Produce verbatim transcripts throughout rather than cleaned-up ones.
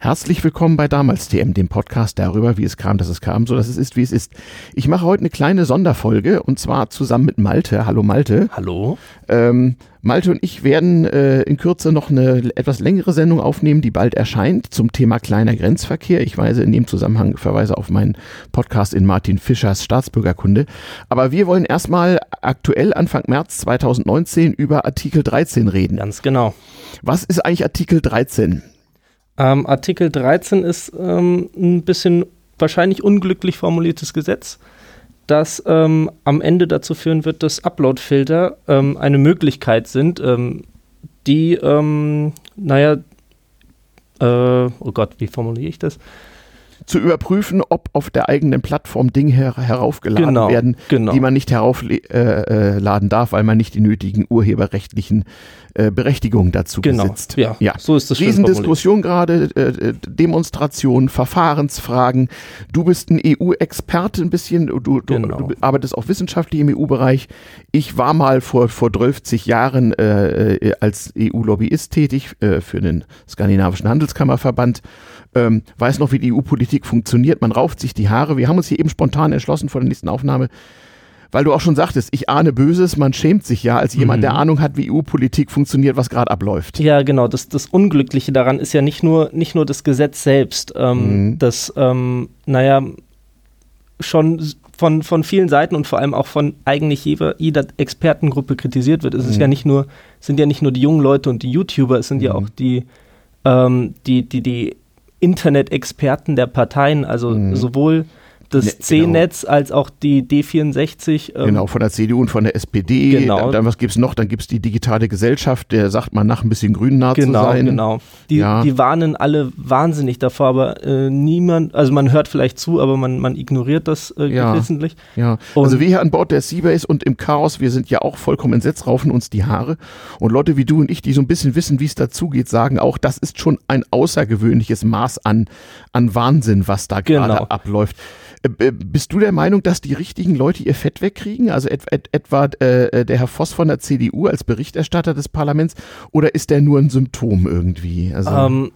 Herzlich willkommen bei Damals T M, dem Podcast darüber, wie es kam, dass es kam, so dass es ist, wie es ist. Ich mache heute eine kleine Sonderfolge und zwar zusammen mit Malte. Hallo Malte. Hallo. Ähm, Malte und ich werden äh, in Kürze noch eine etwas längere Sendung aufnehmen, die bald erscheint, zum Thema kleiner Grenzverkehr. Ich weise in dem Zusammenhang verweise auf meinen Podcast in Martin Fischers Staatsbürgerkunde. Aber wir wollen erstmal aktuell Anfang März zweitausendneunzehn über Artikel dreizehn reden. Ganz genau. Was ist eigentlich Artikel dreizehn? Ähm, Artikel dreizehn ist ähm, ein bisschen wahrscheinlich unglücklich formuliertes Gesetz, das ähm, am Ende dazu führen wird, dass Upload-Filter ähm, eine Möglichkeit sind, ähm, die, ähm, naja, äh, oh Gott, wie formuliere ich das? Zu überprüfen, ob auf der eigenen Plattform Dinge her- heraufgeladen genau, werden, genau. die man nicht heraufladen äh, äh, darf, weil man nicht die nötigen urheberrechtlichen äh, Berechtigungen dazu genau. besitzt. Ja, ja, so ist das. Riesendiskussion gerade, äh, Demonstrationen, Verfahrensfragen. Du bist ein E U-Experte ein bisschen, du, du, genau. du arbeitest auch wissenschaftlich im E U-Bereich. Ich war mal vor, vor dreißig Jahren äh, als E U-Lobbyist tätig äh, für den Skandinavischen Handelskammerverband. Ähm, weiß noch, wie die E U-Politik funktioniert. Man rauft sich die Haare. Wir haben uns hier eben spontan entschlossen vor der nächsten Aufnahme, weil du auch schon sagtest, ich ahne Böses, man schämt sich ja als jemand, mhm. der Ahnung hat, wie E U-Politik funktioniert, was gerade abläuft. Ja, genau. Das, das Unglückliche daran ist ja nicht nur, nicht nur das Gesetz selbst, ähm, Mhm. das, ähm, naja, schon von, von vielen Seiten und vor allem auch von eigentlich jeder, jeder Expertengruppe kritisiert wird. Es ist Mhm. ja nicht nur, es sind ja nicht nur die jungen Leute und die YouTuber, es sind Mhm. ja auch die, ähm, die, die, die Internet-Experten der Parteien, also Mhm. sowohl das Ne, C-Netz als auch die D vierundsechzig. Ähm, Genau, von der C D U und von der S P D. Genau. Dann, dann was gibt's noch? Dann gibt's die digitale Gesellschaft, der sagt man nach ein bisschen grünnah genau, zu sein. Genau, die, Ja. die warnen alle wahnsinnig davor, aber äh, niemand, also man hört vielleicht zu, aber man, man ignoriert das äh, Ja. geflissentlich. Ja, Und- also wir hier an Bord der Seabase und im Chaos, wir sind ja auch vollkommen entsetzt, raufen uns die Haare. Und Leute wie du und ich, die so ein bisschen wissen, wie es dazugeht, sagen auch, das ist schon ein außergewöhnliches Maß an, an Wahnsinn, was da gerade Genau. abläuft. Äh, Bist du der Meinung, dass die richtigen Leute ihr Fett wegkriegen? Also et, et, etwa äh, der Herr Voss von der C D U als Berichterstatter des Parlaments, oder ist der nur ein Symptom irgendwie? Also, Ähm,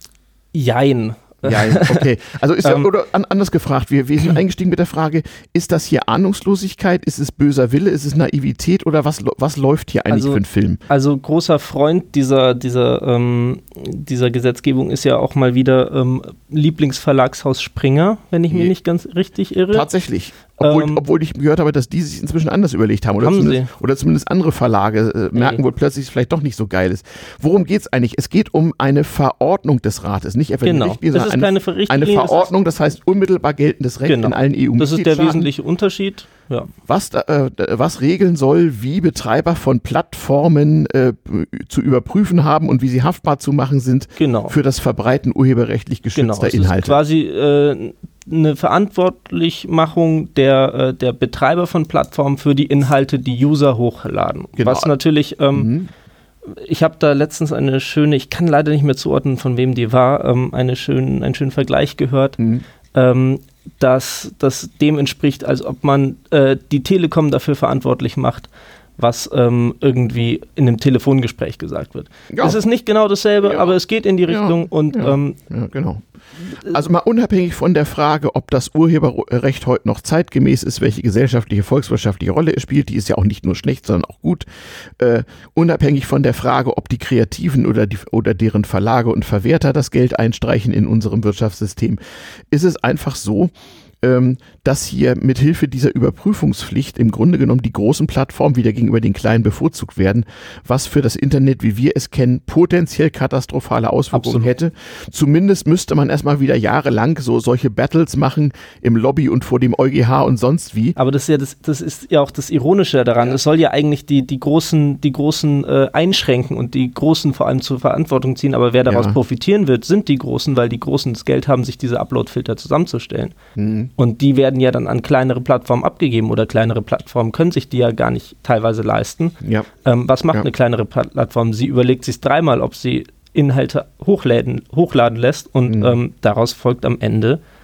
jein. ja, okay. Also ist ja, ähm, oder an, anders gefragt, wir, wir sind eingestiegen mit der Frage, ist das hier Ahnungslosigkeit, ist es böser Wille, ist es Naivität oder was, was läuft hier eigentlich Also- für einen Film? Also großer Freund dieser, dieser, ähm, dieser Gesetzgebung ist ja auch mal wieder ähm, Lieblingsverlagshaus Springer, wenn ich mich Je- nicht ganz richtig irre. Tatsächlich. Obwohl, Ähm, obwohl ich gehört habe, dass die sich inzwischen anders überlegt haben. Oder, Haben zumindest, oder zumindest andere Verlage äh, merken Nee. wohl plötzlich, dass es vielleicht doch nicht so geil ist. Worum geht es eigentlich? Es geht um eine Verordnung des Rates, nicht etwa Genau. eine Richtlinie, Das sondern ist eine, keine Ver- eine Richtlinie, das ist- Verordnung, das heißt unmittelbar geltendes Recht Genau. in allen E U-Mitgliedstaaten. Das ist der wesentliche Unterschied. Ja. Was, da, äh, was regeln soll, wie Betreiber von Plattformen äh, zu überprüfen haben und wie sie haftbar zu machen sind Genau. für das Verbreiten urheberrechtlich Genau, geschützter es ist Inhalte. quasi äh, eine Verantwortlichmachung der, äh, der Betreiber von Plattformen für die Inhalte, die User hochladen. Genau. Was natürlich, ähm, Mhm. ich habe da letztens eine schöne, ich kann leider nicht mehr zuordnen, von wem die war, ähm, eine schönen, einen schönen Vergleich gehört, Mhm. ähm, dass das dem entspricht, als ob man äh, die Telekom dafür verantwortlich macht, was ähm, irgendwie in einem Telefongespräch gesagt wird. Ja. Es ist nicht genau dasselbe, Ja. aber es geht in die Ja. Richtung und Ja. ähm, Ja, genau. Also mal unabhängig von der Frage, ob das Urheberrecht heute noch zeitgemäß ist, welche gesellschaftliche, volkswirtschaftliche Rolle es spielt, die ist ja auch nicht nur schlecht, sondern auch gut. Äh, unabhängig von der Frage, ob die Kreativen oder, die, oder deren Verlage und Verwerter das Geld einstreichen in unserem Wirtschaftssystem, ist es einfach so, ähm, dass hier mithilfe dieser Überprüfungspflicht im Grunde genommen die großen Plattformen wieder gegenüber den kleinen bevorzugt werden, was für das Internet, wie wir es kennen, potenziell katastrophale Auswirkungen Absolut. hätte. Zumindest müsste man erstmal wieder jahrelang so solche Battles machen im Lobby und vor dem EuGH und sonst wie. Aber das ist ja, das, das ist ja auch das Ironische daran. Ja. Es soll ja eigentlich die, die Großen, die Großen äh, einschränken und die Großen vor allem zur Verantwortung ziehen. Aber wer daraus Ja. profitieren wird, sind die Großen, weil die Großen das Geld haben, sich diese Upload-Filter zusammenzustellen. Hm. Und die werden ja dann an kleinere Plattformen abgegeben oder kleinere Plattformen können sich die ja gar nicht teilweise leisten. Ja. Ähm, was macht Ja. eine kleinere Plattform? Sie überlegt sich dreimal, ob sie Inhalte hochladen, hochladen lässt und Mhm. ähm, daraus folgt am Ende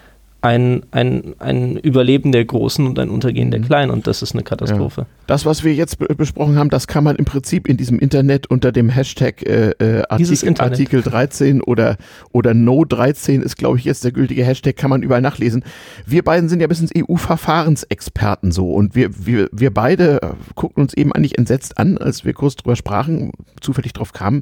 ein, ein, ein Überleben der Großen und ein Untergehen mhm. der Kleinen und das ist eine Katastrophe. Ja. Das, was wir jetzt be- besprochen haben, das kann man im Prinzip in diesem Internet unter dem Hashtag äh, äh, Artikel, Artikel dreizehn oder, oder No dreizehn ist, glaube ich, jetzt der gültige Hashtag, kann man überall nachlesen. Wir beiden sind ja bis ins E U-Verfahrensexperten so und wir, wir, wir beide gucken uns eben eigentlich entsetzt an, als wir kurz drüber sprachen, zufällig drauf kamen.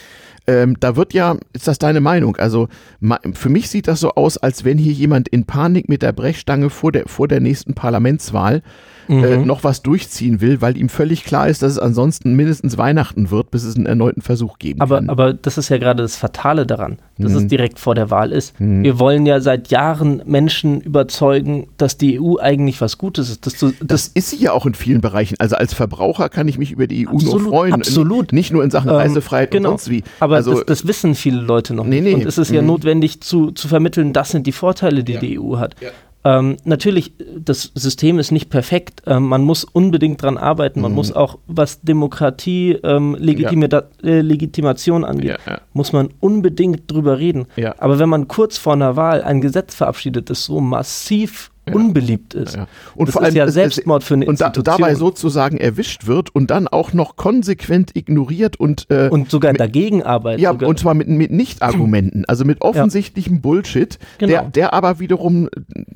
Ähm, da wird ja, ist das deine Meinung? Also ma, für mich sieht das so aus, als wenn hier jemand in Panik mit der Brechstange vor der, vor der nächsten Parlamentswahl mhm. äh, noch was durchziehen will, weil ihm völlig klar ist, dass es ansonsten mindestens Weihnachten wird, bis es einen erneuten Versuch geben aber, kann. Aber das ist ja gerade das Fatale daran, dass mhm. es direkt vor der Wahl ist. Mhm. Wir wollen ja seit Jahren Menschen überzeugen, dass die E U eigentlich was Gutes ist. Dass du, das, das ist sie ja auch in vielen Bereichen. Also als Verbraucher kann ich mich über die E U absolut, nur freuen. Absolut. Nicht nur in Sachen ähm, Reisefreiheit genau. und sonst wie. Aber also, das, das wissen viele Leute noch nee, nicht. Nee. Und es ist ja mhm. notwendig zu, zu vermitteln, das sind die Vorteile, die ja. die E U hat. Ja. Ähm, natürlich, das System ist nicht perfekt. Ähm, man muss unbedingt dran arbeiten. Man mhm. muss auch, was Demokratie, ähm, Legitimi- ja. äh, Legitimation angeht, ja, ja. muss man unbedingt drüber reden. Ja. Aber wenn man kurz vor einer Wahl ein Gesetz verabschiedet, das so massiv ja. unbeliebt ist. Ja. Und das vor ist allem ja Selbstmord für eine und Institution. Und da, dabei sozusagen erwischt wird und dann auch noch konsequent ignoriert und äh, und sogar mit, dagegen arbeitet. Ja, sogar. und zwar mit, mit Nicht-Argumenten, also mit offensichtlichem ja. Bullshit, genau. der, der aber wiederum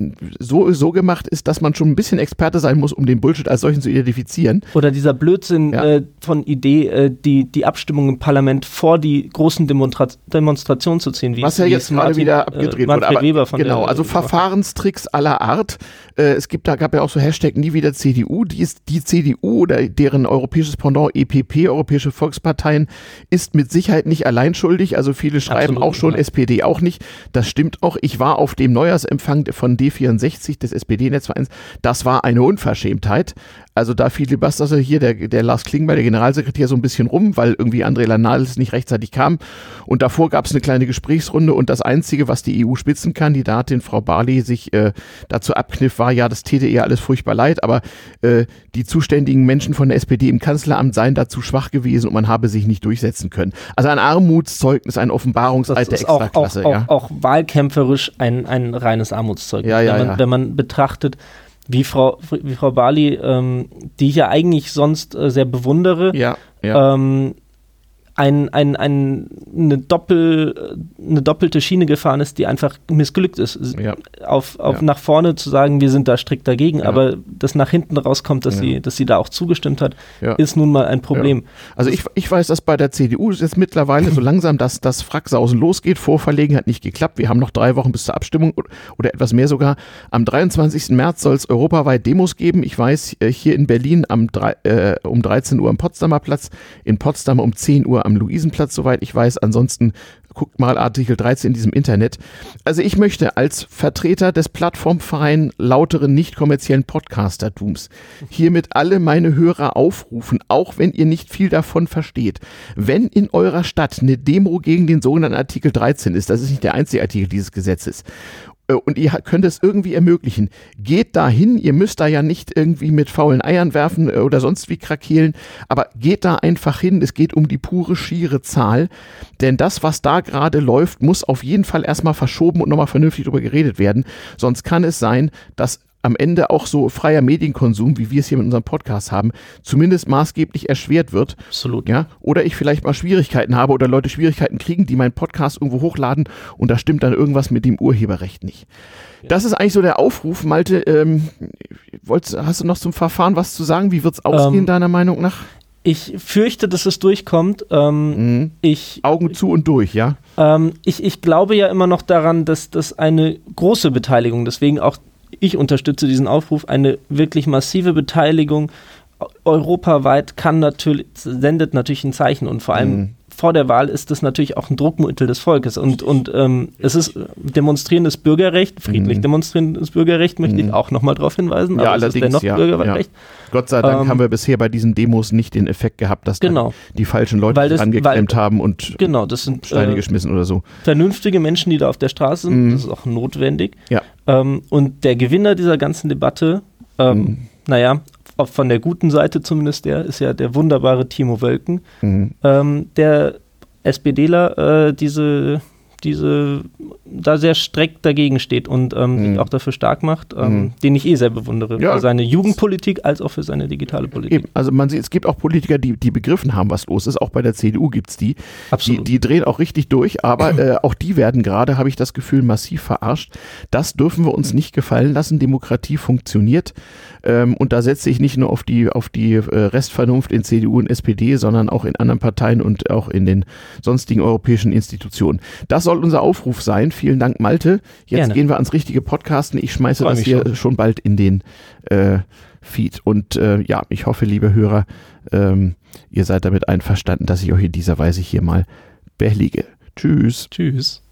so, so gemacht ist, dass man schon ein bisschen Experte sein muss, um den Bullshit als solchen zu identifizieren. Oder dieser Blödsinn ja. äh, von Idee, äh, die, die Abstimmung im Parlament vor die großen Demonstra- Demonstrationen zu ziehen. Wie Was ja jetzt gerade wieder abgedreht äh, wurde. Aber, Weber von genau, der, also Verfahrenstricks aller Art. Äh, es gibt, da gab ja auch so Hashtag nie wieder C D U. Die, ist, die C D U oder deren europäisches Pendant E P P, Europäische Volksparteien, ist mit Sicherheit nicht allein schuldig. Also viele schreiben Absolut, auch schon, ja. S P D auch nicht. Das stimmt auch. Ich war auf dem Neujahrsempfang von D vierundsechzig des S P D-Netzvereins. Das war eine Unverschämtheit. Also da fiel Bastas hier, der, der Lars Klingbeil, der Generalsekretär, so ein bisschen rum, weil irgendwie André Lanales nicht rechtzeitig kam. Und davor gab es eine kleine Gesprächsrunde und das Einzige, was die E U-Spitzenkandidatin Frau Barley sich äh, dazu abkniff, war, ja, das täte ihr alles furchtbar leid, aber äh, die zuständigen Menschen von der S P D im Kanzleramt seien dazu schwach gewesen und man habe sich nicht durchsetzen können. Also ein Armutszeugnis, ein Offenbarungseid der Extraklasse. Auch, auch, ja. auch, auch wahlkämpferisch ein, ein reines Armutszeugnis. Ja, ja, wenn, man, ja. wenn man betrachtet, wie Frau, wie Frau Barley, ähm, die ich ja eigentlich sonst äh, sehr bewundere, ja, ja. Ähm, ein, ein, ein, eine, Doppel, eine doppelte Schiene gefahren ist, die einfach missglückt ist. Ja. Auf, auf ja. nach vorne zu sagen, wir sind da strikt dagegen, ja. aber das nach hinten rauskommt, dass, ja. sie, dass sie da auch zugestimmt hat, ja. ist nun mal ein Problem. Ja. Also ich, ich weiß, dass bei der C D U jetzt mittlerweile so langsam das, das Fracksausen losgeht. Vorverlegen hat nicht geklappt. Wir haben noch drei Wochen bis zur Abstimmung oder etwas mehr sogar. Am dreiundzwanzigsten März soll es europaweit Demos geben. Ich weiß, hier in Berlin am drei, äh, um dreizehn Uhr am Potsdamer Platz, in Potsdam um zehn Uhr am Luisenplatz, soweit ich weiß. Ansonsten guckt mal Artikel dreizehn in diesem Internet. Also ich möchte als Vertreter des plattformfreien, lauteren, nicht kommerziellen Podcastertums hiermit alle meine Hörer aufrufen, auch wenn ihr nicht viel davon versteht. Wenn in eurer Stadt eine Demo gegen den sogenannten Artikel dreizehn ist, das ist nicht der einzige Artikel dieses Gesetzes, und ihr könnt es irgendwie ermöglichen. Geht da hin, ihr müsst da ja nicht irgendwie mit faulen Eiern werfen oder sonst wie krakeelen, aber geht da einfach hin, es geht um die pure, schiere Zahl, denn das, was da gerade läuft, muss auf jeden Fall erstmal verschoben und nochmal vernünftig drüber geredet werden, sonst kann es sein, dass am Ende auch so freier Medienkonsum, wie wir es hier mit unserem Podcast haben, zumindest maßgeblich erschwert wird. Absolut. Ja, oder ich vielleicht mal Schwierigkeiten habe oder Leute Schwierigkeiten kriegen, die meinen Podcast irgendwo hochladen und da stimmt dann irgendwas mit dem Urheberrecht nicht. Ja. Das ist eigentlich so der Aufruf. Malte, ähm, wolltest, hast du noch zum Verfahren was zu sagen? Wie wird es ausgehen, ähm, deiner Meinung nach? Ich fürchte, dass es durchkommt. Ähm, mhm. ich, Augen zu und durch, ja? Ähm, ich, ich glaube ja immer noch daran, dass das eine große Beteiligung, deswegen auch ich unterstütze diesen Aufruf, eine wirklich massive Beteiligung europaweit kann natürlich, sendet natürlich ein Zeichen und vor allem mhm. vor der Wahl ist das natürlich auch ein Druckmittel des Volkes und, und ähm, es ist demonstrierendes Bürgerrecht, friedlich mhm. demonstrierendes Bürgerrecht, möchte mhm. ich auch nochmal darauf hinweisen, ja, aber es ist dennoch ja, Bürgerrecht. Ja. Gott sei Dank ähm, haben wir bisher bei diesen Demos nicht den Effekt gehabt, dass genau. die falschen Leute das, angeklemmt weil, haben und genau, das sind, Steine äh, geschmissen oder so. Vernünftige Menschen, die da auf der Straße sind, mhm. das ist auch notwendig. Ja. Ähm, und der Gewinner dieser ganzen Debatte, ähm, mhm. naja, von der guten Seite zumindest, der ist ja der wunderbare Timo Wölken, mhm. ähm, der SPDler äh, diese, diese da sehr strikt dagegen steht und ähm, Mhm. sich auch dafür stark macht, ähm, Mhm. den ich eh sehr bewundere. Ja. Für seine Jugendpolitik als auch für seine digitale Politik. Eben, also man sieht, es gibt auch Politiker, die, die begriffen haben, was los ist. Auch bei der C D U gibt's die. Die, Absolut. die drehen auch richtig durch, aber äh, auch die werden gerade, habe ich das Gefühl, massiv verarscht. Das dürfen wir uns nicht gefallen lassen. Demokratie funktioniert. Ähm, und da setze ich nicht nur auf die, auf die äh, Restvernunft in C D U und S P D, sondern auch in anderen Parteien und auch in den sonstigen europäischen Institutionen. Das soll unser Aufruf sein. Vielen Dank, Malte. Jetzt Gerne. gehen wir ans richtige Podcasten. Ich schmeiße Freu das mich hier schon. schon bald in den äh, Feed. Und äh, ja, ich hoffe, liebe Hörer, ähm, ihr seid damit einverstanden, dass ich euch in dieser Weise hier mal behellige. Tschüss. Tschüss.